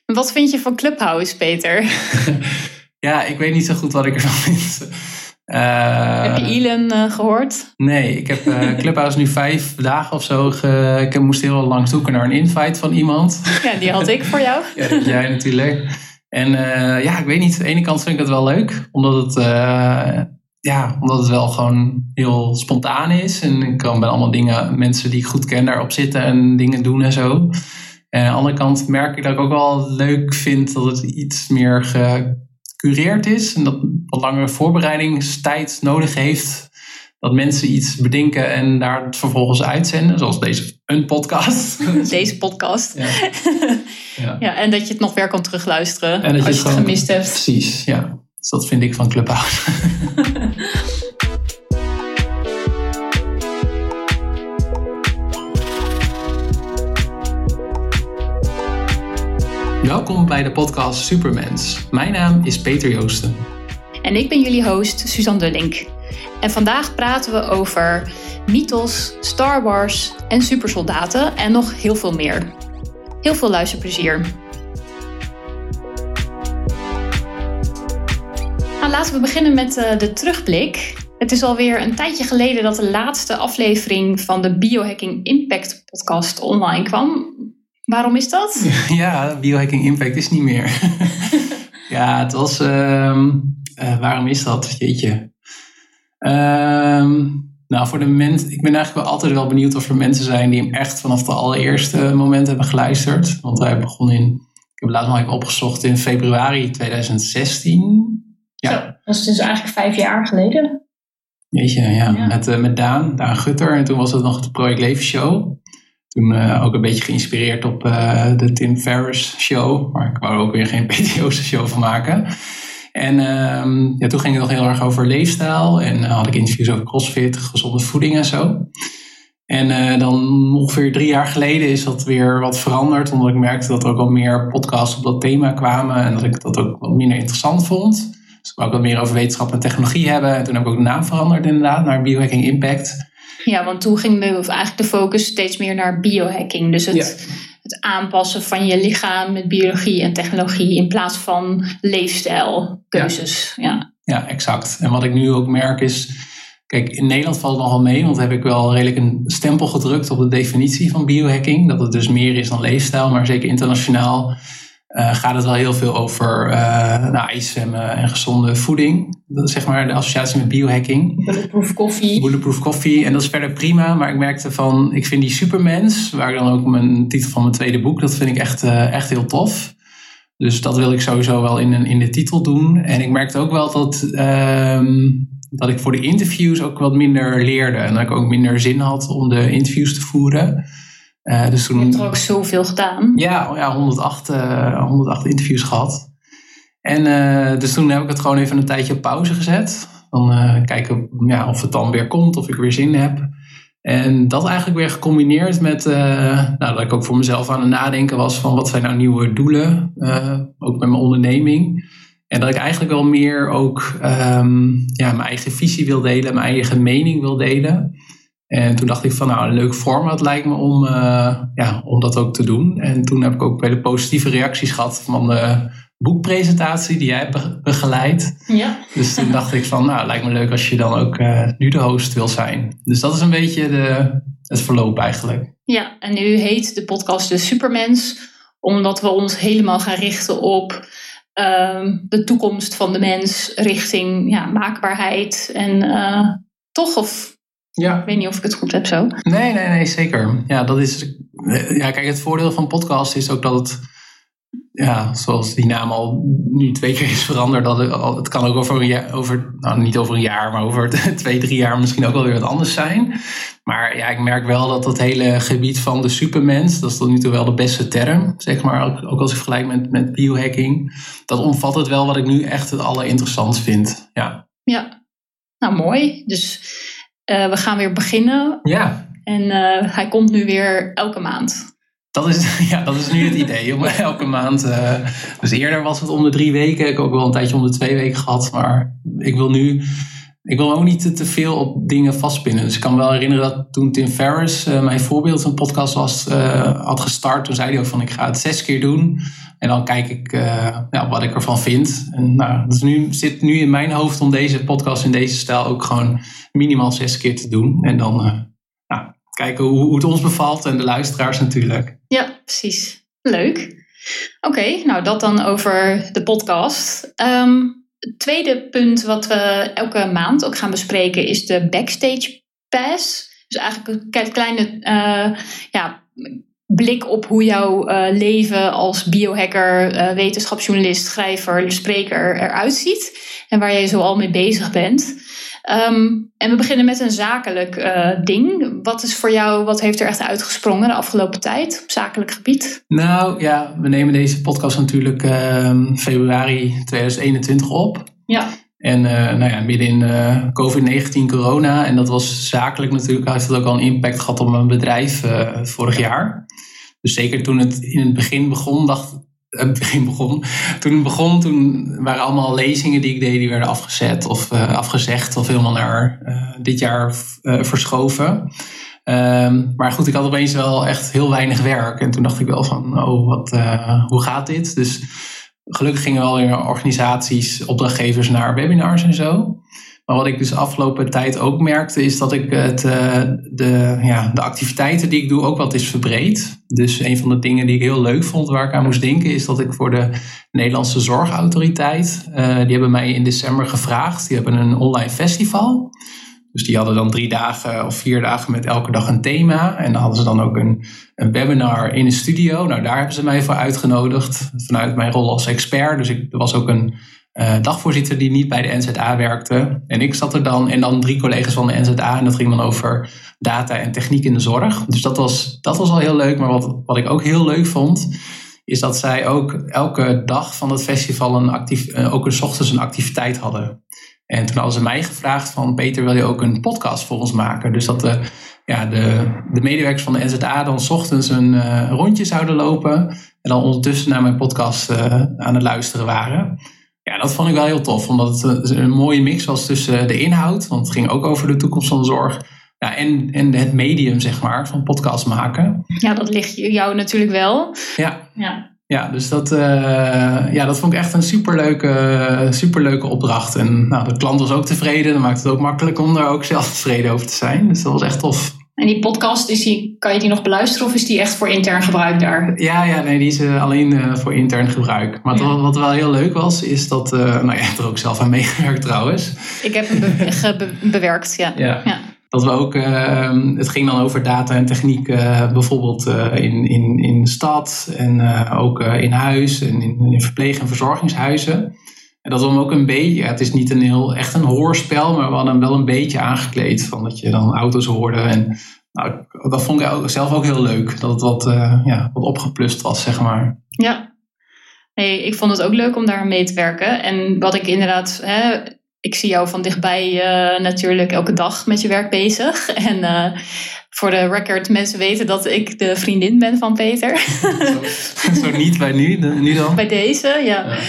Wat vind je van Clubhouse, Peter? Ja, ik weet niet zo goed wat ik ervan vind. Heb je Elon gehoord? Nee, ik heb Clubhouse nu 5 dagen of zo. Ik moest heel lang zoeken naar een invite van iemand. Ja, die had ik voor jou. Ja, dat jij natuurlijk. En ik weet niet. Aan de ene kant vind ik het wel leuk. Omdat het wel gewoon heel spontaan is. En ik kan bij allemaal dingen, mensen die ik goed ken, daarop zitten en dingen doen en zo. En aan de andere kant merk ik dat ik ook wel leuk vind dat het iets meer gecureerd is. En dat wat langere voorbereidingstijd nodig heeft. Dat mensen iets bedenken en daar het vervolgens uitzenden. Zoals een podcast. Deze podcast. Ja. Ja. Ja, en dat je het nog weer kan terugluisteren en dat als je het gemist hebt. Precies, ja. Dus dat vind ik van Clubhouse. Welkom bij de podcast Supermens. Mijn naam is Peter Joosten. En ik ben jullie host Suzanne Dullink. En vandaag praten we over mythos, Star Wars en supersoldaten en nog heel veel meer. Heel veel luisterplezier. Nou, laten we beginnen met de terugblik. Het is alweer een tijdje geleden dat de laatste aflevering van de Biohacking Impact podcast online kwam. Waarom is dat? Ja, Biohacking Impact is niet meer. Ja, het was... waarom is dat? Jeetje. Voor de mensen... Ik ben eigenlijk wel altijd wel benieuwd of er mensen zijn die hem echt vanaf de allereerste moment hebben geluisterd. Want hij begon ik heb het laatst nog even opgezocht in februari 2016. Ja. Zo, dat is dus eigenlijk 5 jaar geleden. Jeetje, ja. Met Daan Gutter. En toen was het nog het Project Leven Show. Toen ook een beetje geïnspireerd op de Tim Ferriss show. Maar ik wou er ook weer geen PTO's show van maken. En toen ging het nog heel erg over leefstijl. En had ik interviews over CrossFit, gezonde voeding en zo. En dan ongeveer 3 jaar geleden is dat weer wat veranderd. Omdat ik merkte dat er ook wel meer podcasts op dat thema kwamen. En dat ik dat ook wat minder interessant vond. Dus ik wou ook wat meer over wetenschap en technologie hebben. En toen heb ik ook de naam veranderd inderdaad naar Biohacking Impact. Ja, want toen ging eigenlijk de focus steeds meer naar biohacking. Dus het aanpassen van je lichaam met biologie en technologie in plaats van leefstijlkeuzes. Ja, exact. En wat ik nu ook merk is... Kijk, in Nederland valt het nogal mee, want heb ik wel redelijk een stempel gedrukt op de definitie van biohacking. Dat het dus meer is dan leefstijl, maar zeker internationaal gaat het wel heel veel over ijszwemmen en gezonde voeding. Dat is zeg maar de associatie met biohacking. Bulletproof coffee. En dat is verder prima, maar ik merkte van, ik vind die Supermens, waar ik dan ook mijn titel van mijn tweede boek, dat vind ik echt heel tof. Dus dat wil ik sowieso wel in de titel doen. En ik merkte ook wel dat ik voor de interviews ook wat minder leerde. En dat ik ook minder zin had om de interviews te voeren. Dus toen, je hebt er ook zoveel gedaan. Ja, 108 interviews gehad. En dus toen heb ik het gewoon even een tijdje op pauze gezet. Dan kijken of het dan weer komt, of ik weer zin heb. En dat eigenlijk weer gecombineerd met dat ik ook voor mezelf aan het nadenken was van wat zijn nou nieuwe doelen. Ook met mijn onderneming. En dat ik eigenlijk wel meer ook mijn eigen visie wil delen, mijn eigen mening wil delen. En toen dacht ik van een leuk format lijkt me om dat ook te doen. En toen heb ik ook hele positieve reacties gehad van de boekpresentatie die jij hebt begeleid. Ja. Dus toen dacht ik van lijkt me leuk als je dan ook nu de host wil zijn. Dus dat is een beetje het verloop eigenlijk. Ja, en nu heet de podcast de Supermens, omdat we ons helemaal gaan richten op de toekomst van de mens richting maakbaarheid. En toch of... Ja. Ik weet niet of ik het goed heb zo. Nee, zeker. Ja, dat is... kijk, het voordeel van podcast is ook dat het... Ja, zoals die naam al nu 2 keer is veranderd. Het kan ook over een jaar... niet over een jaar, maar over 2-3 jaar misschien ook wel weer wat anders zijn. Maar ja, ik merk wel dat dat hele gebied van de supermens... Dat is tot nu toe wel de beste term, zeg maar. Ook als ik vergelijk met biohacking. Dat omvat het wel wat ik nu echt het allerinteressantst vind. Ja, nou mooi. Dus... we gaan weer beginnen. Ja. En hij komt nu weer elke maand. Dat is nu het idee. Om elke maand. Dus eerder was het om de 3 weken. Ik heb ook wel een tijdje om de 2 weken gehad. Maar ik wil ook niet te veel op dingen vastpinnen. Dus ik kan me wel herinneren dat toen Tim Ferriss mijn voorbeeld van podcast had gestart. Toen zei hij ook van ik ga het 6 keer doen. En dan kijk ik wat ik ervan vind. En zit nu in mijn hoofd om deze podcast in deze stijl ook gewoon minimaal 6 keer te doen. En dan kijken hoe het ons bevalt en de luisteraars natuurlijk. Ja, precies. Leuk. Oké, nou dat dan over de podcast. Het tweede punt wat we elke maand ook gaan bespreken is de Backstage Pass. Dus eigenlijk een kleine blik op hoe jouw leven als biohacker, wetenschapsjournalist, schrijver, spreker eruit ziet. En waar jij zo al mee bezig bent. En we beginnen met een zakelijk ding. Wat is voor jou, wat heeft er echt uitgesprongen de afgelopen tijd op zakelijk gebied? Nou ja, we nemen deze podcast natuurlijk februari 2021 op. Ja. En midden in COVID-19 corona. En dat was zakelijk natuurlijk, heeft het ook al een impact gehad op mijn bedrijf vorig jaar. Dus zeker toen het in het begin begon, toen waren allemaal lezingen die ik deed, die werden afgezet of afgezegd of helemaal naar dit jaar verschoven. Maar goed, ik had opeens wel echt heel weinig werk. En toen dacht ik wel van, hoe gaat dit? Dus gelukkig gingen wel weer organisaties, opdrachtgevers naar webinars en zo. Maar wat ik dus de afgelopen tijd ook merkte, is dat ik de activiteiten die ik doe ook wat is verbreed. Dus een van de dingen die ik heel leuk vond, waar ik aan moest denken, is dat ik voor de Nederlandse Zorgautoriteit, die hebben mij in december gevraagd. Die hebben een online festival. Dus die hadden dan 3 dagen of 4 dagen met elke dag een thema. En dan hadden ze dan ook een webinar in een studio. Nou, daar hebben ze mij voor uitgenodigd vanuit mijn rol als expert. Dus er was ook een dagvoorzitter die niet bij de NZA werkte. En ik zat er dan en dan 3 collega's van de NZA. En dat ging dan over data en techniek in de zorg. Dus dat was al heel leuk. Maar wat ik ook heel leuk vond, is dat zij ook elke dag van het festival ook 's ochtends een activiteit hadden. En toen hadden ze mij gevraagd van, Peter, wil je ook een podcast voor ons maken? Dus dat de medewerkers van de NZA dan 's ochtends een rondje zouden lopen en dan ondertussen naar mijn podcast aan het luisteren waren. Ja, dat vond ik wel heel tof, omdat het een mooie mix was tussen de inhoud, want het ging ook over de toekomst van de zorg, en het medium, zeg maar, van podcast maken. Ja, dat ligt jou natuurlijk wel. Ja, dus dat vond ik echt een superleuke opdracht. En de klant was ook tevreden. Dan maakt het ook makkelijk om daar ook zelf tevreden over te zijn. Dus dat was echt tof. En die podcast, kan je die nog beluisteren of is die echt voor intern gebruik daar? Ja, nee, die is alleen voor intern gebruik. Maar wat wel heel leuk was, is dat... je hebt er ook zelf aan meegewerkt trouwens. Ik heb hem bewerkt, ja. Dat we ook, het ging dan over data en techniek, bijvoorbeeld in de stad en ook in huis en in verpleeg- en verzorgingshuizen. En dat we hem ook een beetje, het is niet echt een hoorspel, maar we hadden hem wel een beetje aangekleed. Van dat je dan auto's hoorde. En dat vond ik zelf ook heel leuk, dat het wat opgeplust was, zeg maar. Ja, nee, ik vond het ook leuk om daar mee te werken. En wat ik inderdaad... Ik zie jou van dichtbij natuurlijk elke dag met je werk bezig. En voor de record, mensen weten dat ik de vriendin ben van Peter. Zo niet bij nu dan? Bij deze,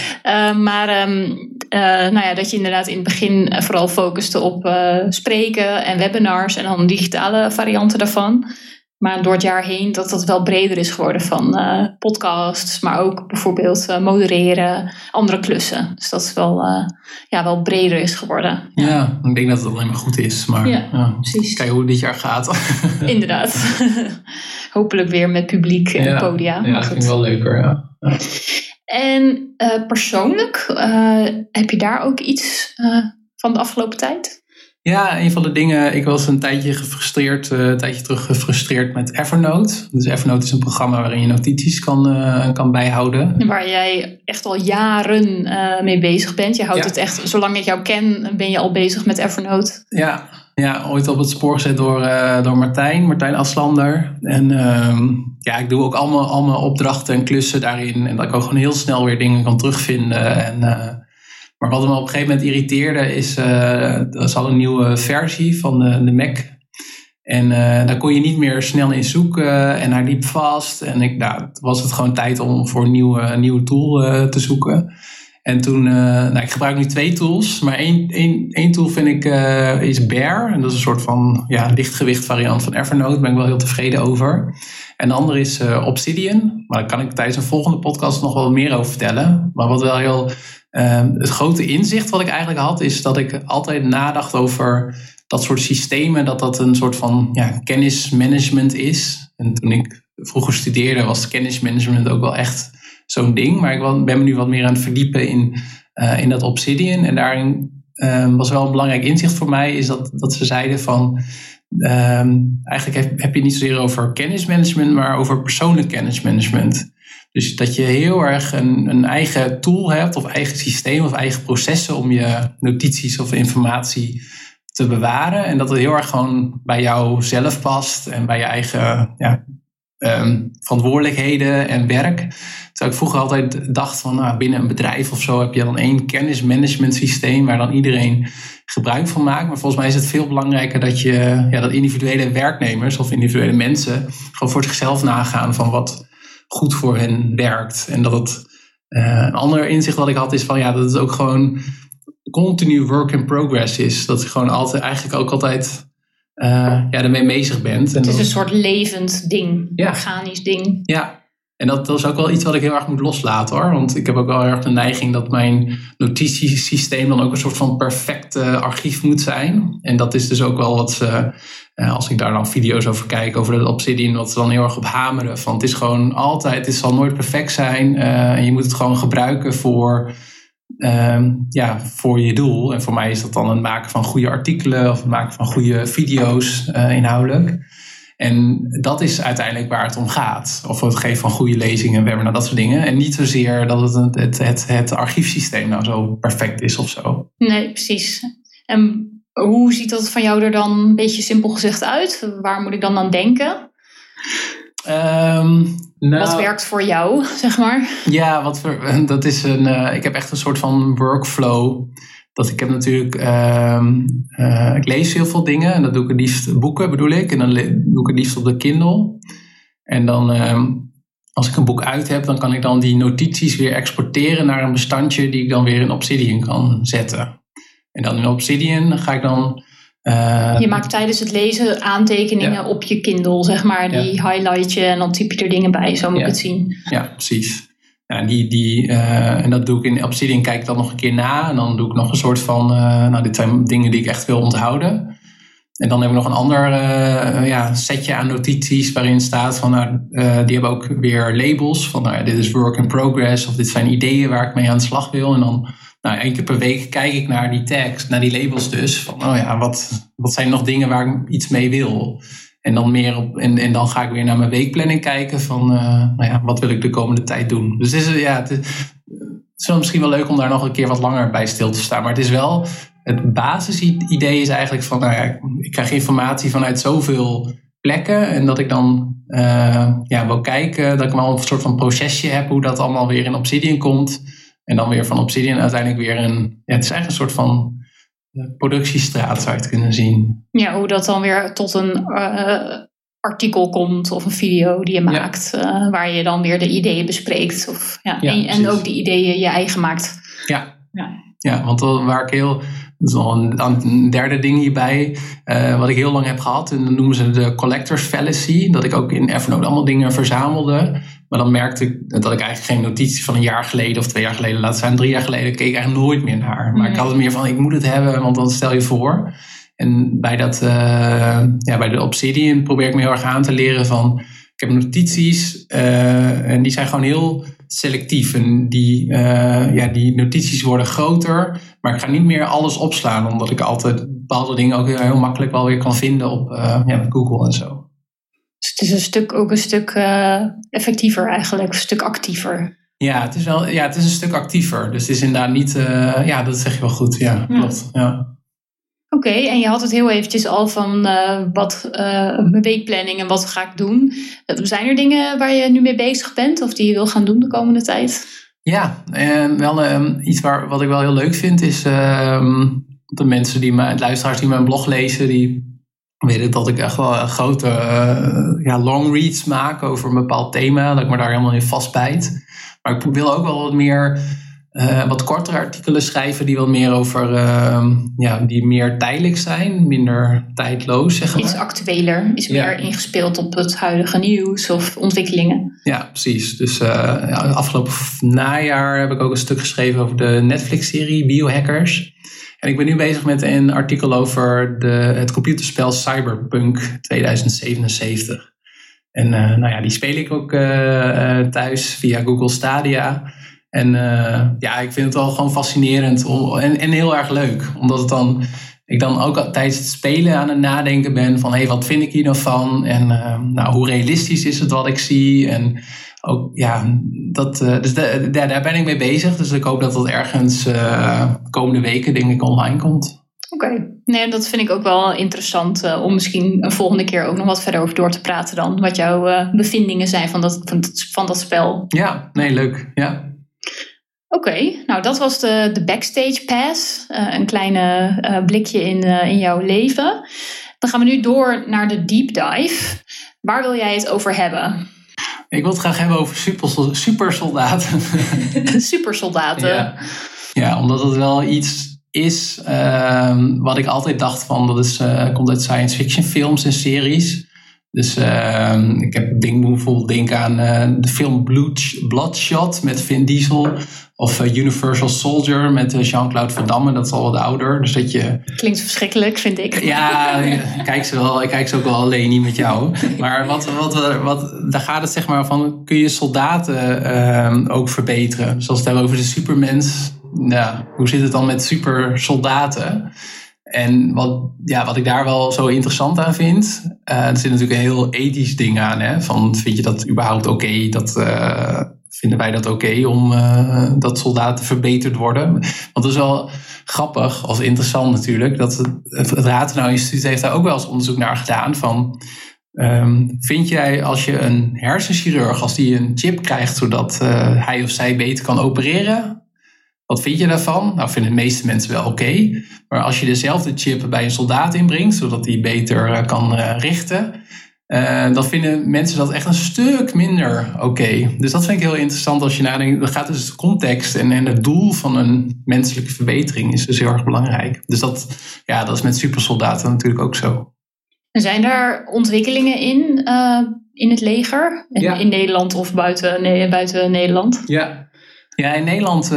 ja. Dat je inderdaad in het begin vooral focuste op spreken en webinars en dan digitale varianten daarvan. Maar door het jaar heen dat wel breder is geworden van podcasts, maar ook bijvoorbeeld modereren, andere klussen. Dus dat is wel breder is geworden. Ja, ik denk dat het alleen maar goed is. Maar precies. Kijk hoe het dit jaar gaat. Inderdaad. Hopelijk weer met publiek en podia. Ja, dat vind ik wel leuker. Ja. En persoonlijk, heb je daar ook iets van de afgelopen tijd? Ja, een van de dingen, ik was een tijdje terug gefrustreerd met Evernote. Dus Evernote is een programma waarin je notities kan bijhouden. Waar jij echt al jaren mee bezig bent. Je houdt het echt, zolang ik jou ken, ben je al bezig met Evernote. Ja, ooit op het spoor gezet door Martijn Aslander. En ik doe ook allemaal opdrachten en klussen daarin. En dat ik ook gewoon heel snel weer dingen kan terugvinden. Maar wat me op een gegeven moment irriteerde is, er zat een nieuwe versie van de Mac. En daar kon je niet meer snel in zoeken en hij liep vast. En was het gewoon tijd om voor een nieuwe tool te zoeken. En toen, ik gebruik nu 2 tools, maar één tool vind ik is Bear. En dat is een soort van lichtgewicht variant van Evernote. Daar ben ik wel heel tevreden over. En de andere is Obsidian. Maar daar kan ik tijdens een volgende podcast nog wel meer over vertellen. Maar wat wel heel... het grote inzicht wat ik eigenlijk had, is dat ik altijd nadacht over dat soort systemen, dat een soort van kennismanagement is. En toen ik vroeger studeerde, was kennismanagement ook wel echt zo'n ding. Maar ik ben me nu wat meer aan het verdiepen in dat Obsidian. En daarin was wel een belangrijk inzicht voor mij, is dat ze zeiden van... eigenlijk heb je niet zozeer over kennismanagement, maar over persoonlijk kennismanagement. Dus dat je heel erg een eigen tool hebt, of eigen systeem, of eigen processen om je notities of informatie te bewaren. En dat het heel erg gewoon bij jou zelf past en bij je eigen verantwoordelijkheden en werk. Terwijl ik vroeger altijd dacht van binnen een bedrijf of zo heb je dan 1 kennismanagement systeem waar dan iedereen gebruik van maakt. Maar volgens mij is het veel belangrijker dat dat individuele werknemers of individuele mensen gewoon voor zichzelf nagaan van wat goed voor hen werkt. En dat het een ander inzicht wat ik had is van dat het ook gewoon continu work in progress is. Dat je gewoon altijd ermee bezig bent. Het is een soort levend ding, organisch ding. Ja, en dat is ook wel iets wat ik heel erg moet loslaten hoor. Want ik heb ook wel erg de neiging dat mijn notitiesysteem dan ook een soort van perfect archief moet zijn. En dat is dus ook wel wat ze, als ik daar dan video's over kijk, over de Obsidian, wat ze dan heel erg op hameren. Van het is gewoon altijd, het zal nooit perfect zijn. En je moet het gewoon gebruiken voor je doel. En voor mij is dat dan het maken van goede artikelen of het maken van goede video's inhoudelijk. En dat is uiteindelijk waar het om gaat. Of het geven van goede lezingen, webinars, dat soort dingen. En niet zozeer dat het archiefsysteem nou zo perfect is of zo. Nee, precies. En hoe ziet dat van jou er dan een beetje simpel gezegd uit? Waar moet ik dan aan denken? Wat werkt voor jou, zeg maar? Ja, dat is ik heb echt een soort van workflow. Dat ik heb natuurlijk, ik lees heel veel dingen en dat doe ik het liefst, boeken bedoel ik. En dan doe ik het liefst op de Kindle. En dan, als ik een boek uit heb, dan kan ik dan die notities weer exporteren naar een bestandje die ik dan weer in Obsidian kan zetten. En dan in Obsidian ga ik dan... je maakt tijdens het lezen aantekeningen op je Kindle, zeg maar. Die highlight je en dan typ je er dingen bij, zo moet ik het zien. Ja, precies. Ja, en dat doe ik in Obsidian, kijk ik dan nog een keer na. En dan doe ik nog een soort van, dit zijn dingen die ik echt wil onthouden. En dan heb ik nog een ander setje aan notities waarin staat van, die hebben ook weer labels. Van, dit is work in progress of dit zijn ideeën waar ik mee aan de slag wil. En dan 1 keer per week kijk ik naar die tags, naar die labels dus. Van, wat zijn nog dingen waar ik iets mee wil? En dan en dan ga ik weer naar mijn weekplanning kijken van, wat wil ik de komende tijd doen? Dus het is wel misschien wel leuk om daar nog een keer wat langer bij stil te staan. Maar het is wel, het basisidee is eigenlijk van, ik krijg informatie vanuit zoveel plekken. En dat ik dan wil kijken, dat ik wel een soort van procesje heb hoe dat allemaal weer in Obsidian komt. En dan weer van Obsidian uiteindelijk weer het is eigenlijk een soort van productiestraat zou je het kunnen zien. Ja, hoe dat dan weer tot een artikel komt of een video die je maakt. Waar je dan weer de ideeën bespreekt. En ook die ideeën je eigen maakt. Ja, want waar ik dat is nog een derde ding hierbij, wat ik heel lang heb gehad. En dan noemen ze de collector's fallacy. Dat ik ook in Evernote allemaal dingen verzamelde. Maar dan merkte ik dat ik eigenlijk geen notitie van 1 jaar geleden of 2 jaar geleden, laat staan 3 jaar geleden, keek ik eigenlijk nooit meer naar. Maar ik had het meer van, ik moet het hebben, want dan stel je voor. En bij de Obsidian probeer ik me heel erg aan te leren van, ik heb notities en die zijn gewoon heel selectief. En die notities worden groter, maar ik ga niet meer alles opslaan, omdat ik altijd bepaalde dingen ook heel makkelijk wel weer kan vinden op Google en zo. Dus het is een stuk effectiever eigenlijk, een stuk actiever. Ja, het is een stuk actiever. Dus het is inderdaad niet, dat zeg je wel goed. Ja, klopt. Ja. Oké, en je had het heel eventjes al van mijn weekplanning en wat ga ik doen. Zijn er dingen waar je nu mee bezig bent of die je wil gaan doen de komende tijd? Ja, wel iets wat ik wel heel leuk vind is de mensen luisteraars die mijn blog lezen, die weten dat ik echt wel grote long reads maak over een bepaald thema, dat ik me daar helemaal in vastbijt. Maar ik wil ook wel wat meer wat kortere artikelen schrijven die wat meer over, die meer tijdelijk zijn, minder tijdloos, zeg maar. Iets actueler, iets meer ingespeeld op het huidige nieuws of ontwikkelingen. Ja, precies. Dus afgelopen najaar heb ik ook een stuk geschreven over de Netflix-serie Biohackers. En ik ben nu bezig met een artikel over het computerspel Cyberpunk 2077. En die speel ik ook thuis via Google Stadia. En ik vind het wel gewoon fascinerend en heel erg leuk. Omdat ik dan ook tijdens het spelen aan het nadenken ben van wat vind ik hier nou van? En hoe realistisch is het wat ik zie? En ook, dus daar ben ik mee bezig. Dus ik hoop dat dat ergens komende weken denk ik online komt. Oké. Nee, dat vind ik ook wel interessant om misschien een volgende keer ook nog wat verder over door te praten dan. Wat jouw bevindingen zijn van dat spel. Ja, nee, leuk. Ja. Oké, nou dat was de backstage pass. Een kleine blikje in jouw leven. Dan gaan we nu door naar de deep dive. Waar wil jij het over hebben? Ik wil het graag hebben over supersoldaten. Supersoldaten? Ja, omdat het wel iets is wat ik altijd dacht van, komt uit science fiction films en series. Dus ik moet bijvoorbeeld denken aan de film Bloodshot met Vin Diesel. Of Universal Soldier met Jean-Claude Van Damme. Dat is al wat ouder. Dus dat je... Klinkt verschrikkelijk, vind ik. Ja, ik kijk ze ook wel alleen, niet met jou. Maar daar gaat het zeg maar van, kun je soldaten ook verbeteren? Dus als we het hebben over de supermens, hoe zit het dan met supersoldaten? En wat ik daar wel zo interessant aan vind, er zit natuurlijk een heel ethisch ding aan. Hè? Van, vind je dat überhaupt oké? Vinden wij dat oké om dat soldaten verbeterd worden? Want dat is wel grappig, of interessant natuurlijk, dat het Rathenau Instituut heeft daar ook wel eens onderzoek naar gedaan van, vind jij als je een hersenchirurg, als die een chip krijgt zodat hij of zij beter kan opereren, wat vind je daarvan? Nou, vinden de meeste mensen wel oké. Maar als je dezelfde chip bij een soldaat inbrengt, zodat hij beter kan richten, dan vinden mensen dat echt een stuk minder oké. Dus dat vind ik heel interessant als je nadenkt. Dan gaat dus de context en het doel van een menselijke verbetering is dus heel erg belangrijk. Dus dat is met supersoldaten natuurlijk ook zo. En zijn daar ontwikkelingen in het leger? In Nederland of buiten Nederland? Ja, in Nederland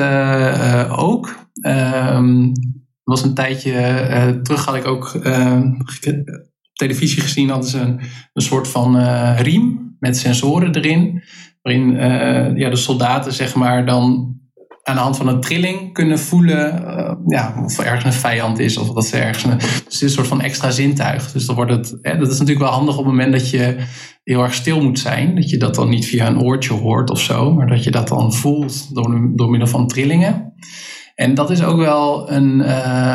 ook. Was een tijdje terug had ik ook op televisie gezien, hadden ze een soort van riem met sensoren erin. Waarin de soldaten zeg maar dan aan de hand van een trilling kunnen voelen of er ergens een vijand is. Of dat ze ergens dus het is een soort van extra zintuig. Dus dan wordt dat is natuurlijk wel handig op het moment dat je heel erg stil moet zijn. Dat je dat dan niet via een oortje hoort of zo. Maar dat je dat dan voelt door middel van trillingen. En dat is ook wel een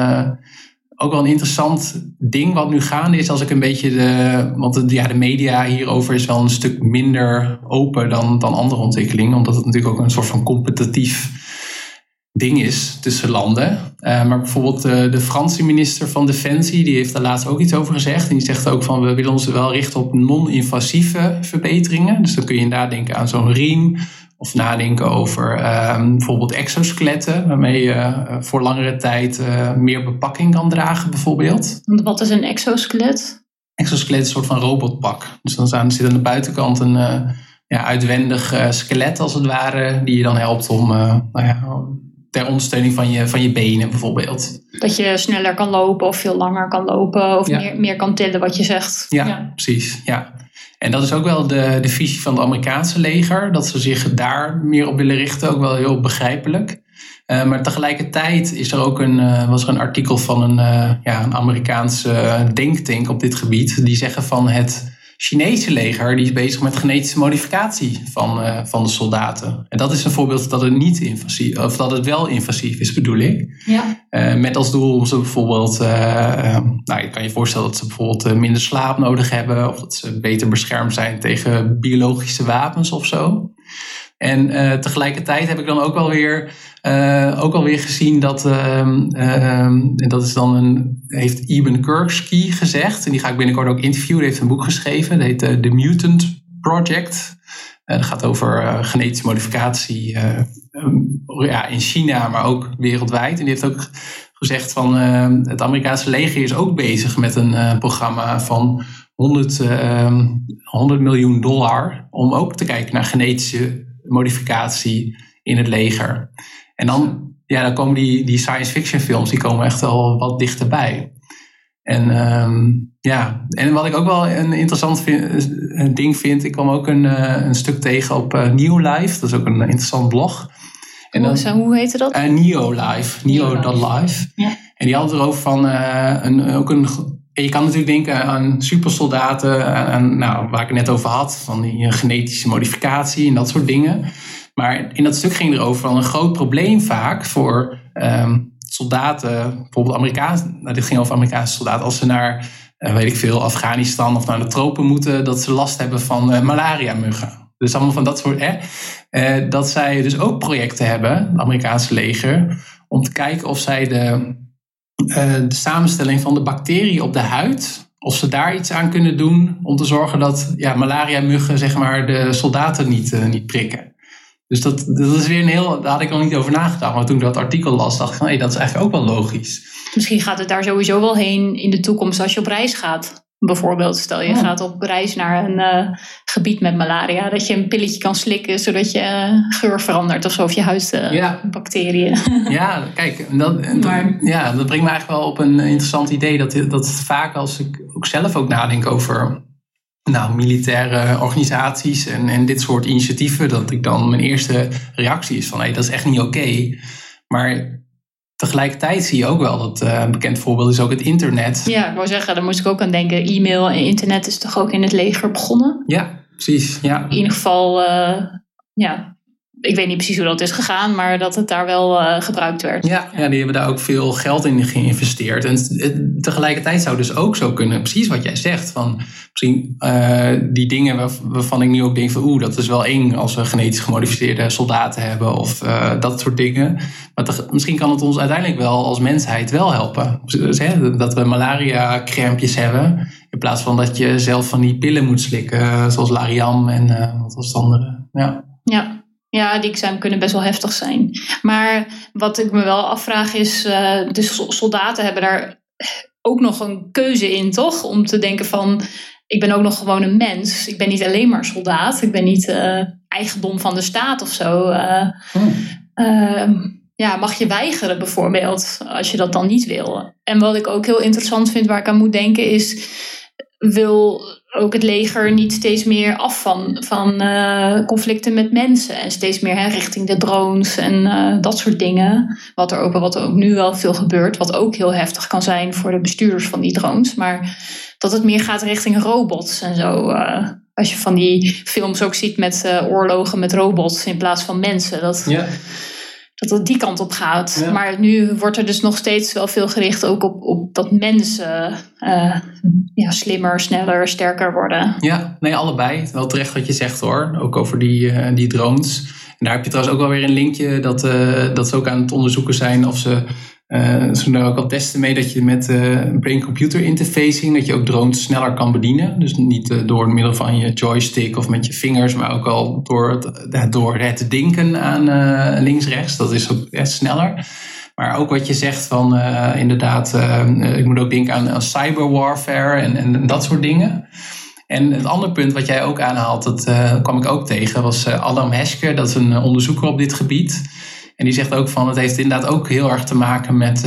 interessant ding wat nu gaande is. Als ik een beetje want de media hierover is wel een stuk minder open dan andere ontwikkelingen. Omdat het natuurlijk ook een soort van competitief ding is tussen landen. Maar bijvoorbeeld de Franse minister van Defensie, die heeft daar laatst ook iets over gezegd. En die zegt ook van, we willen ons wel richten op non-invasieve verbeteringen. Dus dan kun je nadenken aan zo'n riem. Of nadenken over bijvoorbeeld exoskeletten, waarmee je voor langere tijd meer bepakking kan dragen bijvoorbeeld. Wat is een exoskelet? Exoskelet is een soort van robotpak. Dus dan zit aan de buitenkant een uitwendig skelet als het ware, die je dan helpt om ter ondersteuning van je benen bijvoorbeeld. Dat je sneller kan lopen of veel langer kan lopen of meer kan tillen wat je zegt. Ja, precies. Ja. En dat is ook wel de visie van het Amerikaanse leger, dat ze zich daar meer op willen richten, ook wel heel begrijpelijk. Maar tegelijkertijd is er ook was er een artikel van een Amerikaanse denktank op dit gebied, die zeggen van het Chinese leger die is bezig met genetische modificatie van de soldaten. En dat is een voorbeeld dat het niet invasief, of dat het wel invasief is, bedoel ik. Ja. Met als doel om ze bijvoorbeeld, je kan je voorstellen dat ze bijvoorbeeld minder slaap nodig hebben, of dat ze beter beschermd zijn tegen biologische wapens of zo. En tegelijkertijd heb ik dan ook alweer gezien dat, en dat is dan heeft Eben Kursky gezegd, en die ga ik binnenkort ook interviewen, die heeft een boek geschreven, dat heet The Mutant Project. Dat gaat over genetische modificatie in China, maar ook wereldwijd. En die heeft ook gezegd van het Amerikaanse leger is ook bezig met een programma van $100 miljoen om ook te kijken naar genetische modificatie in het leger. En dan komen die science fiction films, die komen echt wel wat dichterbij. En wat ik ook wel een interessant ding vind, ik kwam ook een stuk tegen op NeoLife, dat is ook een interessant blog. En hoe heette dat? NeoLife, Neo.life. Ja. En die had erover van je kan natuurlijk denken aan supersoldaten, waar ik het net over had, van die genetische modificatie en dat soort dingen. Maar in dat stuk ging erover van een groot probleem vaak voor soldaten, bijvoorbeeld dit ging over Amerikaanse soldaten, als ze naar, Afghanistan of naar de tropen moeten, dat ze last hebben van malaria-muggen. Dus allemaal van dat soort, dat zij dus ook projecten hebben, het Amerikaanse leger, om te kijken of zij de samenstelling van de bacteriën op de huid, of ze daar iets aan kunnen doen om te zorgen dat malaria-muggen zeg maar de soldaten niet prikken. Dus dat is weer daar had ik nog niet over nagedacht. Maar toen ik dat artikel las, dacht ik van dat is eigenlijk ook wel logisch. Misschien gaat het daar sowieso wel heen in de toekomst als je op reis gaat. Bijvoorbeeld, stel je gaat op reis naar een gebied met malaria, dat je een pilletje kan slikken zodat je geur verandert of zo, of je huidbacteriën. Ja, kijk, dat brengt me eigenlijk wel op een interessant idee. Dat vaak als ik ook zelf nadenk over militaire organisaties en dit soort initiatieven, dat ik dan mijn eerste reactie is van dat is echt niet oké. Maar tegelijkertijd zie je ook wel dat een bekend voorbeeld is ook het internet. Ja, ik wou zeggen, daar moest ik ook aan denken. E-mail en internet is toch ook in het leger begonnen? Ja, precies. Ja. In ieder geval, ik weet niet precies hoe dat is gegaan, maar dat het daar wel gebruikt werd. Ja, die hebben daar ook veel geld in geïnvesteerd. En tegelijkertijd zou dus ook zo kunnen, precies wat jij zegt, van misschien die dingen waarvan ik nu ook denk van dat is wel eng als we genetisch gemodificeerde soldaten hebben of dat soort dingen. Maar misschien kan het ons uiteindelijk wel als mensheid wel helpen. Dat we malaria-crampjes hebben, in plaats van dat je zelf van die pillen moet slikken, zoals Lariam en wat was het andere. Ja, die examen kunnen best wel heftig zijn. Maar wat ik me wel afvraag is, de soldaten hebben daar ook nog een keuze in, toch? Om te denken van, ik ben ook nog gewoon een mens. Ik ben niet alleen maar soldaat. Ik ben niet eigendom van de staat of zo. Mag je weigeren bijvoorbeeld, als je dat dan niet wil. En wat ik ook heel interessant vind, waar ik aan moet denken, is, wil ook het leger niet steeds meer af van conflicten met mensen en steeds meer richting de drones en dat soort dingen. Wat er ook nu wel veel gebeurt, wat ook heel heftig kan zijn voor de bestuurders van die drones. Maar dat het meer gaat richting robots en zo. Als je van die films ook ziet met oorlogen met robots in plaats van mensen. Dat het die kant op gaat. Ja. Maar nu wordt er dus nog steeds wel veel gericht ook op dat mensen slimmer, sneller, sterker worden. Ja, nee, allebei. Wel terecht wat je zegt hoor. Ook over die drones. En daar heb je trouwens ook wel weer een linkje dat ze ook aan het onderzoeken zijn of ze doen ook al testen mee dat je met brain-computer interfacing, dat je ook drones sneller kan bedienen. Dus niet door middel van je joystick of met je vingers, maar ook al door het denken aan links-rechts. Dat is ook sneller. Maar ook wat je zegt van inderdaad, ik moet ook denken aan cyberwarfare en dat soort dingen. En het andere punt wat jij ook aanhaalt, dat kwam ik ook tegen, was Adam Heschke. Dat is een onderzoeker op dit gebied. En die zegt ook van, het heeft inderdaad ook heel erg te maken met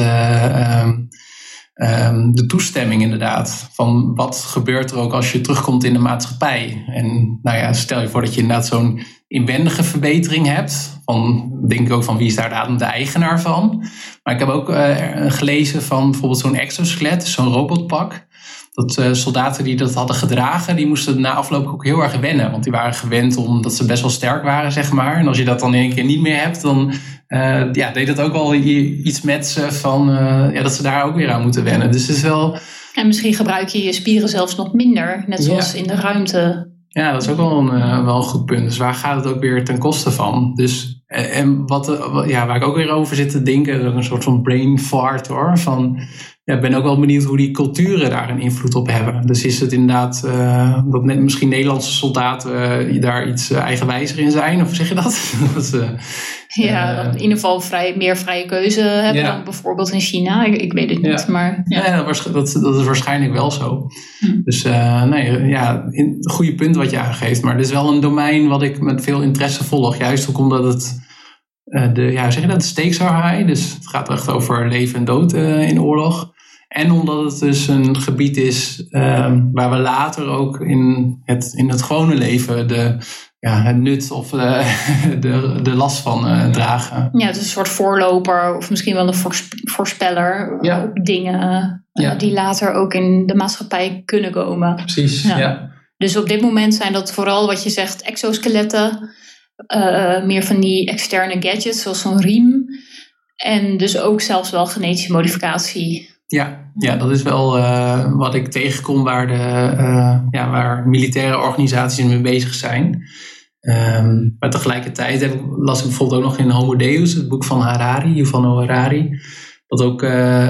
de toestemming inderdaad. Van wat gebeurt er ook als je terugkomt in de maatschappij. En stel je voor dat je inderdaad zo'n inwendige verbetering hebt. Denk ik ook van wie is daar de eigenaar van. Maar ik heb ook gelezen van bijvoorbeeld zo'n exoskelet, zo'n robotpak. Dat soldaten die dat hadden gedragen, die moesten na afloop ook heel erg wennen. Want die waren gewend omdat ze best wel sterk waren, zeg maar. En als je dat dan in één keer niet meer hebt, dan deed dat ook wel iets met ze van dat ze daar ook weer aan moeten wennen. Dus het is wel... En misschien gebruik je je spieren zelfs nog minder, net zoals in de ruimte. Ja, dat is ook wel een goed punt. Dus waar gaat het ook weer ten koste van? Dus, waar ik ook weer over zit te denken, is ook een soort van brain fart hoor. Van, ben ook wel benieuwd hoe die culturen daar een invloed op hebben. Dus is het inderdaad dat misschien Nederlandse soldaten daar iets eigenwijzer in zijn? Of zeg je dat? In ieder geval meer vrije keuze hebben dan bijvoorbeeld in China. Ik weet het niet, maar... Ja, dat is waarschijnlijk wel zo. Dus een goede punt wat je aangeeft. Maar dit is wel een domein wat ik met veel interesse volg. Juist ook omdat het de stakes are high. Dus het gaat echt over leven en dood in oorlog. En omdat het dus een gebied is waar we later ook in het gewone leven het nut of de last van dragen. Ja, het is een soort voorloper of misschien wel een voorspeller op dingen die later ook in de maatschappij kunnen komen. Precies, ja. Dus op dit moment zijn dat vooral wat je zegt exoskeletten, meer van die externe gadgets zoals zo'n riem en dus ook zelfs wel genetische modificatie. Ja, dat is wel wat ik tegenkom waar militaire organisaties mee bezig zijn. Maar tegelijkertijd las ik bijvoorbeeld ook nog in Homo Deus, het boek van Yuval Noah Harari, dat ook 12%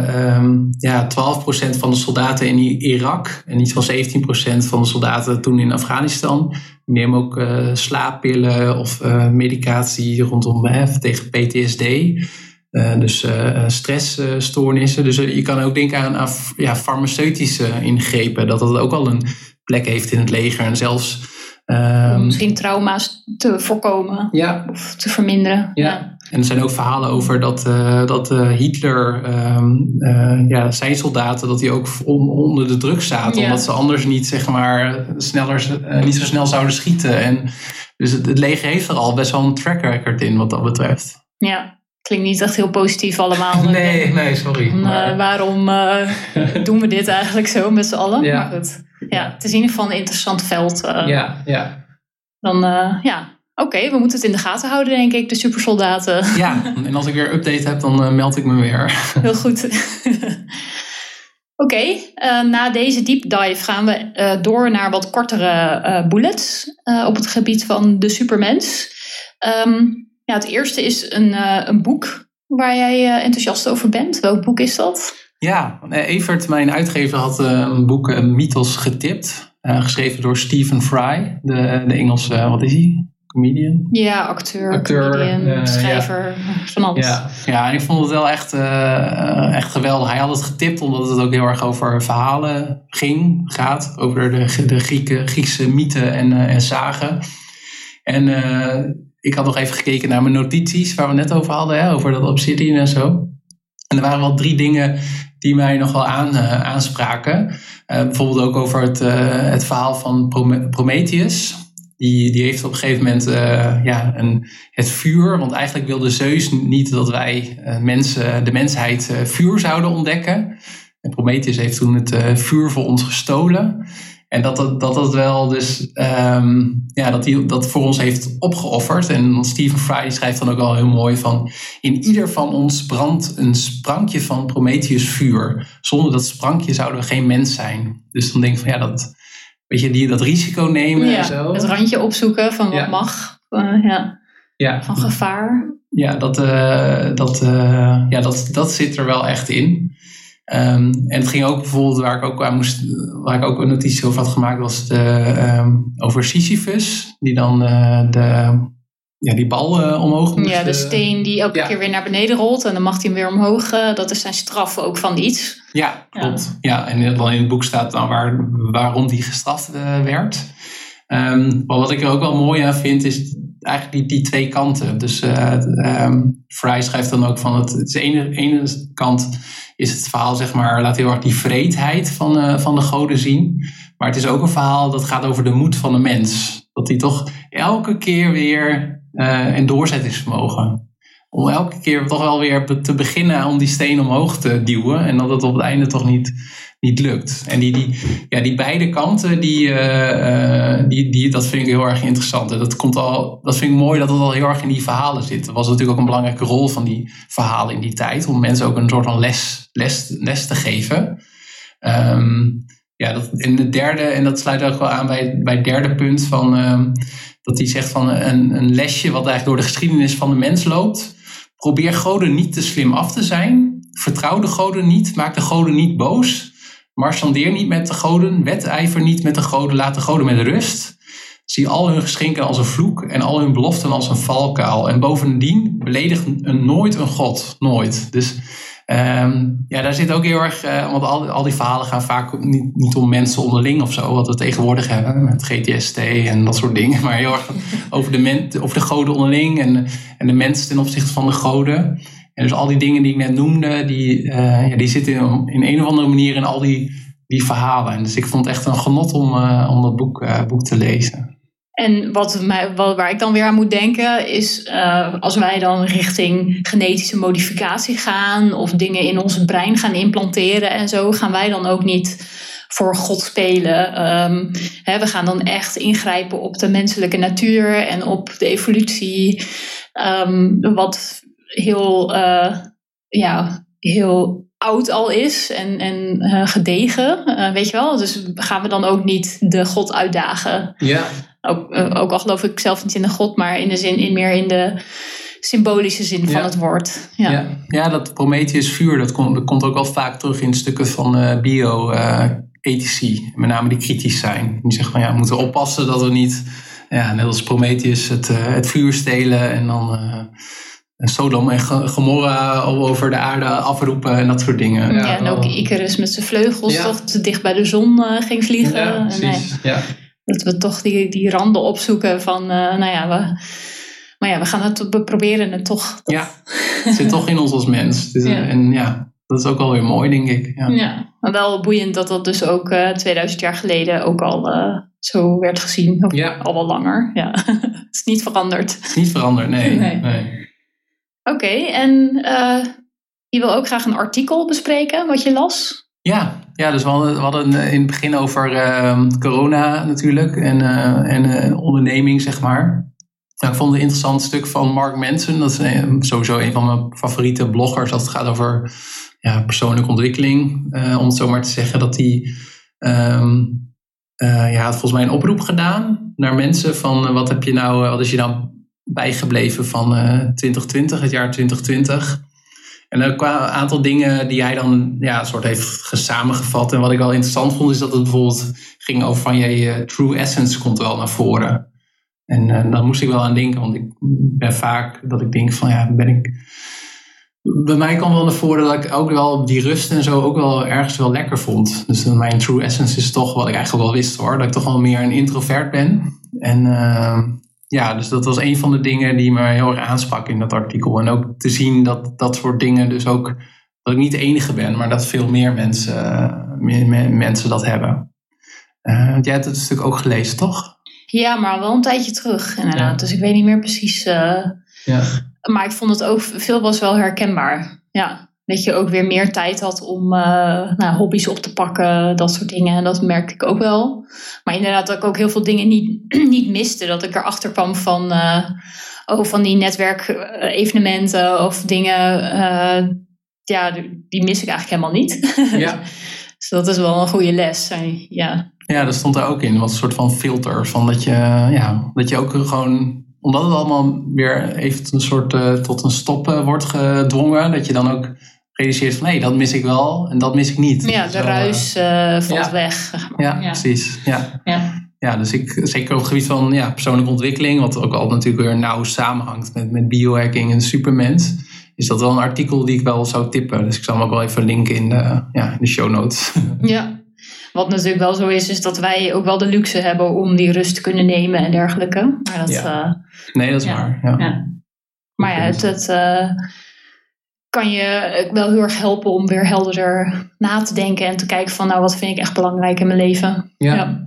van de soldaten in Irak en iets van 17% van de soldaten toen in Afghanistan nemen ook slaappillen of medicatie rondom tegen PTSD. Dus stressstoornissen. Dus je kan ook denken aan farmaceutische ingrepen. Dat ook al een plek heeft in het leger. En zelfs... om misschien trauma's te voorkomen. Of te verminderen. Ja. En er zijn ook verhalen over dat Hitler... zijn soldaten, dat die ook onder de druk zaten. Omdat ze anders niet, zeg maar, niet zo snel zouden schieten. En dus het leger heeft er al best wel een track record in wat dat betreft. Ja. Klinkt niet echt heel positief allemaal. Nee, sorry. Waarom doen we dit eigenlijk zo met z'n allen? Ja. Maar goed. Ja, het is in ieder geval een interessant veld. Dan, oké, we moeten het in de gaten houden, denk ik, de supersoldaten. Ja, en als ik weer update heb, dan meld ik me weer. Heel goed. Oké, na deze deep dive gaan we door naar wat kortere bullets op het gebied van de supermens. Het eerste is een boek waar jij enthousiast over bent. Welk boek is dat? Ja, Evert, mijn uitgever, had een boek Mythos getipt. Geschreven door Stephen Fry, de Engelse, wat is hij? Comedian? Ja, acteur comedian, schrijver, van alles. Ja, en ik vond het wel echt geweldig. Hij had het getipt omdat het ook heel erg over verhalen gaat. Over de Griekse mythen en zagen. En... ik had nog even gekeken naar mijn notities waar we net over hadden, over dat Obsidian en zo. En er waren wel 3 dingen die mij nog wel aanspraken. Bijvoorbeeld ook over het verhaal van Prometheus. Die heeft op een gegeven moment het vuur. Want eigenlijk wilde Zeus niet dat wij de mensheid vuur zouden ontdekken. En Prometheus heeft toen het vuur voor ons gestolen. En dat wel dus, dat hij dat voor ons heeft opgeofferd. En Stephen Fry schrijft dan ook wel heel mooi van... in ieder van ons brandt een sprankje van Prometheus vuur. Zonder dat sprankje zouden we geen mens zijn. Dus dan denk ik van dat risico nemen en zo. Het randje opzoeken van wat mag. Van gevaar. Ja, dat zit er wel echt in. En het ging ook bijvoorbeeld waar ik ook een notitie over had gemaakt, was over Sisyphus, die dan die bal omhoog moest. Ja, de steen die elke keer weer naar beneden rolt en dan mag hij hem weer omhoog. Dat is zijn straf ook van iets. Ja, klopt. Ja, en dan in het boek staat dan waarom die gestraft werd. Maar wat ik er ook wel mooi aan vind, is eigenlijk die 2 kanten. Dus Fry schrijft dan ook van de ene kant is het verhaal, zeg maar, laat heel erg die vreedheid van de goden zien. Maar het is ook een verhaal dat gaat over de moed van de mens. Dat hij toch elke keer weer een doorzettingsvermogen. Om elke keer toch wel weer te beginnen om die steen omhoog te duwen. En dat het op het einde toch niet lukt. En die beide kanten, dat vind ik heel erg interessant. En dat vind ik mooi dat het al heel erg in die verhalen zit. Dat was natuurlijk ook een belangrijke rol van die verhalen in die tijd. Om mensen ook een soort van les te geven. En de derde, en dat sluit ook wel aan bij het derde punt van... dat hij zegt van een lesje wat eigenlijk door de geschiedenis van de mens loopt. Probeer goden niet te slim af te zijn. vertrouw de goden niet, maak de goden niet boos. Marchandeer niet met de goden, wedijver niet met de goden, laat de goden met rust. Zie al hun geschenken als een vloek en al hun beloften als een valkuil. En bovendien beledig nooit een god, nooit. Dus daar zit ook heel erg, want al die verhalen gaan vaak niet om mensen onderling of zo, wat we tegenwoordig hebben met GTST en dat soort dingen, maar heel erg over de goden onderling en de mens ten opzichte van de goden. En dus al die dingen die ik net noemde, die zitten in een of andere manier in al die verhalen. En dus ik vond het echt een genot om dat boek te lezen. En waar ik dan weer aan moet denken is, als wij dan richting genetische modificatie gaan of dingen in ons brein gaan implanteren en zo, gaan wij dan ook niet voor God spelen. We gaan dan echt ingrijpen op de menselijke natuur en op de evolutie, wat heel oud al is en gedegen, weet je wel. Dus gaan we dan ook niet de God uitdagen. Ja. Ook al geloof ik zelf niet in de God, maar meer in de symbolische zin van het woord. Ja, dat Prometheus vuur, dat komt ook wel vaak terug in stukken van bio-ethici. Met name die kritisch zijn. Die zeggen van we moeten oppassen dat we niet, net als Prometheus, het vuur stelen en dan Sodom en Gomorra over de aarde afroepen en dat soort dingen. Ja, en ook Icarus met zijn vleugels toch te dicht bij de zon ging vliegen. Ja, precies. Dat we toch die randen opzoeken van, we proberen het toch. Ja, het zit toch in ons als mens. Dus, en dat is ook wel weer mooi, denk ik. Ja, maar wel boeiend dat dus ook 2000 jaar geleden ook al zo werd gezien. Of al wel langer. Ja. Het is niet veranderd. Het is niet veranderd, nee. Oké, en je wil ook graag een artikel bespreken, wat je las? Ja, dus we hadden in het begin over corona natuurlijk en onderneming, zeg maar. Nou, ik vond het een interessant stuk van Mark Manson. Dat is sowieso een van mijn favoriete bloggers als het gaat over persoonlijke ontwikkeling. Om het zo maar te zeggen, dat hij had volgens mij een oproep gedaan naar mensen van wat is je nou bijgebleven van 2020, het jaar 2020. En er kwamen een aantal dingen die hij dan soort heeft samengevat. En wat ik wel interessant vond is dat het bijvoorbeeld ging over van je true essence komt wel naar voren. En dan moest ik wel aan denken, want ik ben vaak dat ik denk van bij mij kwam wel naar voren dat ik ook wel die rust en zo ook wel ergens wel lekker vond. Dus mijn true essence is toch wat ik eigenlijk wel wist hoor. Dat ik toch wel meer een introvert ben. En dus dat was een van de dingen die me heel erg aansprak in dat artikel. En ook te zien dat soort dingen dus ook, dat ik niet de enige ben, maar dat veel meer mensen dat hebben. Want jij hebt het natuurlijk ook gelezen, toch? Ja, maar wel een tijdje terug inderdaad. Ja. Dus ik weet niet meer precies. Maar ik vond het ook, veel was wel herkenbaar. Ja, dat je ook weer meer tijd had om hobby's op te pakken, dat soort dingen. En dat merkte ik ook wel. Maar inderdaad dat ik ook heel veel dingen niet miste. Dat ik erachter kwam van die netwerkevenementen of dingen. Die mis ik eigenlijk helemaal niet. Ja. Dus dat is wel een goede les. Ja, dat stond er ook in. Wat een soort van filter. Van dat je ook gewoon, omdat het allemaal weer even een soort tot een stop wordt gedwongen, dat je dan ook realiseert van dat mis ik wel en dat mis ik niet. Ja, de ruis valt weg. Ja, precies. Ja, dus zeker op het gebied van persoonlijke ontwikkeling, wat ook al natuurlijk weer nauw samenhangt met biohacking en supermens, is dat wel een artikel die ik wel zou tippen. Dus ik zal hem ook wel even linken in de show notes. Ja. Wat natuurlijk wel zo is dat wij ook wel de luxe hebben om die rust te kunnen nemen en dergelijke. Maar dat, nee, dat is waar. Ja. Maar het kan je wel heel erg helpen om weer helderder na te denken en te kijken van wat vind ik echt belangrijk in mijn leven. Ja.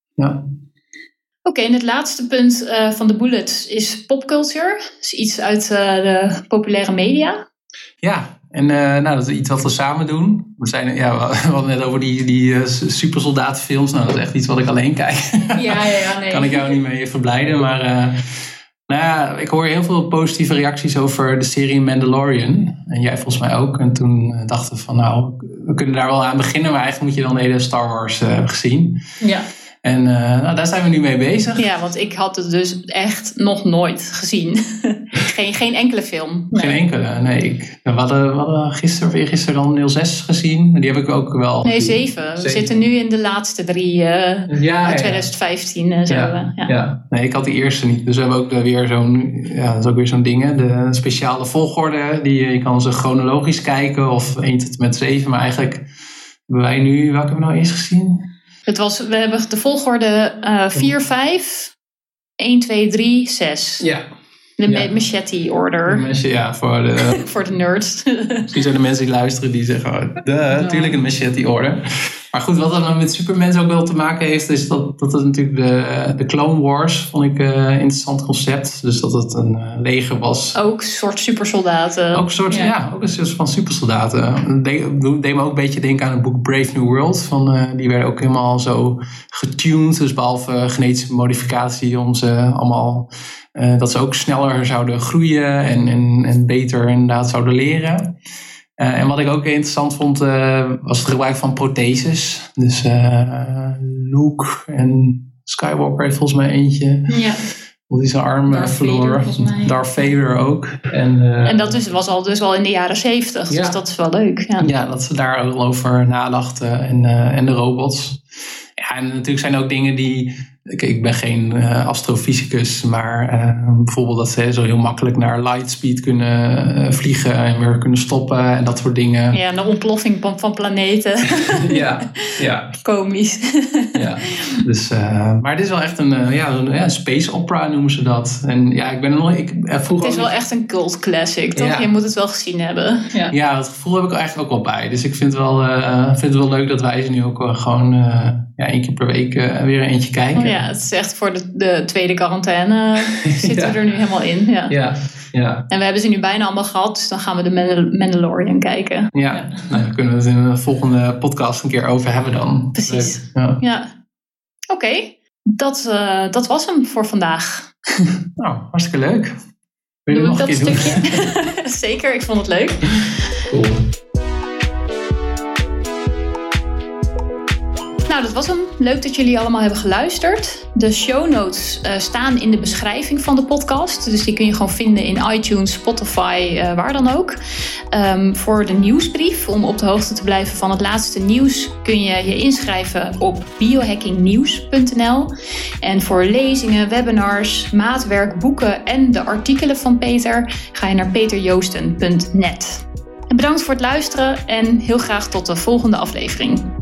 Oké, en het laatste punt van de bullets is popculture. Dus iets uit de populaire media. Ja. En dat is iets wat we samen doen. We hadden net over die supersoldatenfilms. Nou, dat is echt iets wat ik alleen kijk. Nee. Kan ik jou niet mee verblijden. Maar ik hoor heel veel positieve reacties over de serie Mandalorian. En jij volgens mij ook. En toen dachten we van we kunnen daar wel aan beginnen. Maar eigenlijk moet je dan de hele Star Wars hebben gezien. Ja. En daar zijn we nu mee bezig. Ja, want ik had het dus echt nog nooit gezien. Geen enkele film. Nee. Geen enkele, nee. We hadden gisteren dan 06 gezien. Die heb ik ook wel gezien. 7. We zitten nu in de laatste 3. Uit 2015 zijn we. Ja. Nee, ik had die eerste niet. Dus we hebben ook weer zo'n... Ja, dat is ook weer zo'n ding, hè. De speciale volgorde. Je kan ze chronologisch kijken. Of 1 tot en met 7. Maar eigenlijk hebben wij nu... Welke hebben we nou eerst gezien? We hebben de volgorde 4, 5, 1, 2, 3, 6. Ja. De machete order. Ja, voor de... voor de nerds. Misschien zijn er mensen die luisteren die zeggen... natuurlijk een machete order. Maar goed, wat dat met Superman ook wel te maken heeft... is dat het natuurlijk de Clone Wars... vond ik een interessant concept. Dus dat het een leger was. Ook een soort supersoldaten. Ook een soort van supersoldaten. Deed me ook een beetje denken aan het boek Brave New World. Die werden ook helemaal zo getuned. Dus behalve genetische modificatie... om ze allemaal... dat ze ook sneller zouden groeien... en beter inderdaad zouden leren... En wat ik ook interessant vond, was het gebruik van protheses. Dus Luke en Skywalker heeft volgens mij eentje. Ja. Omdat hij zijn arm verloor. Darth Vader ook. En dat was al dus wel in de jaren 70. Ja. Dus dat is wel leuk. Ja, dat ze daar al over nadachten. En de robots. Ja, en natuurlijk zijn er ook dingen die... Ik ben geen astrofysicus, maar bijvoorbeeld dat ze zo heel makkelijk naar lightspeed kunnen vliegen en weer kunnen stoppen en dat soort dingen. Ja, de ontploffing van planeten. ja. Komisch. Ja, dus, maar het is wel echt een space opera noemen ze dat. En ja, het is wel echt een cult classic, toch? Ja. Je moet het wel gezien hebben. Ja, dat gevoel heb ik eigenlijk ook wel bij. Dus ik vind het wel leuk dat wij ze nu ook gewoon 1 keer per week weer eentje kijken. Ja, het is echt voor de tweede quarantaine zitten we er nu helemaal in. Ja. En we hebben ze nu bijna allemaal gehad, dus dan gaan we de Mandalorian kijken. Ja. Nou, daar kunnen we het in de volgende podcast een keer over hebben dan. Precies. Ja. Oké. Dat was hem voor vandaag. Nou, hartstikke leuk. Wil je nog een keer doen? Zeker, ik vond het leuk. Cool. Nou, dat was hem. Leuk dat jullie allemaal hebben geluisterd. De show notes staan in de beschrijving van de podcast. Dus die kun je gewoon vinden in iTunes, Spotify, waar dan ook. Voor de nieuwsbrief, om op de hoogte te blijven van het laatste nieuws... kun je je inschrijven op biohackingnieuws.nl. En voor lezingen, webinars, maatwerk, boeken en de artikelen van Peter... ga je naar peterjoosten.net. En bedankt voor het luisteren en heel graag tot de volgende aflevering.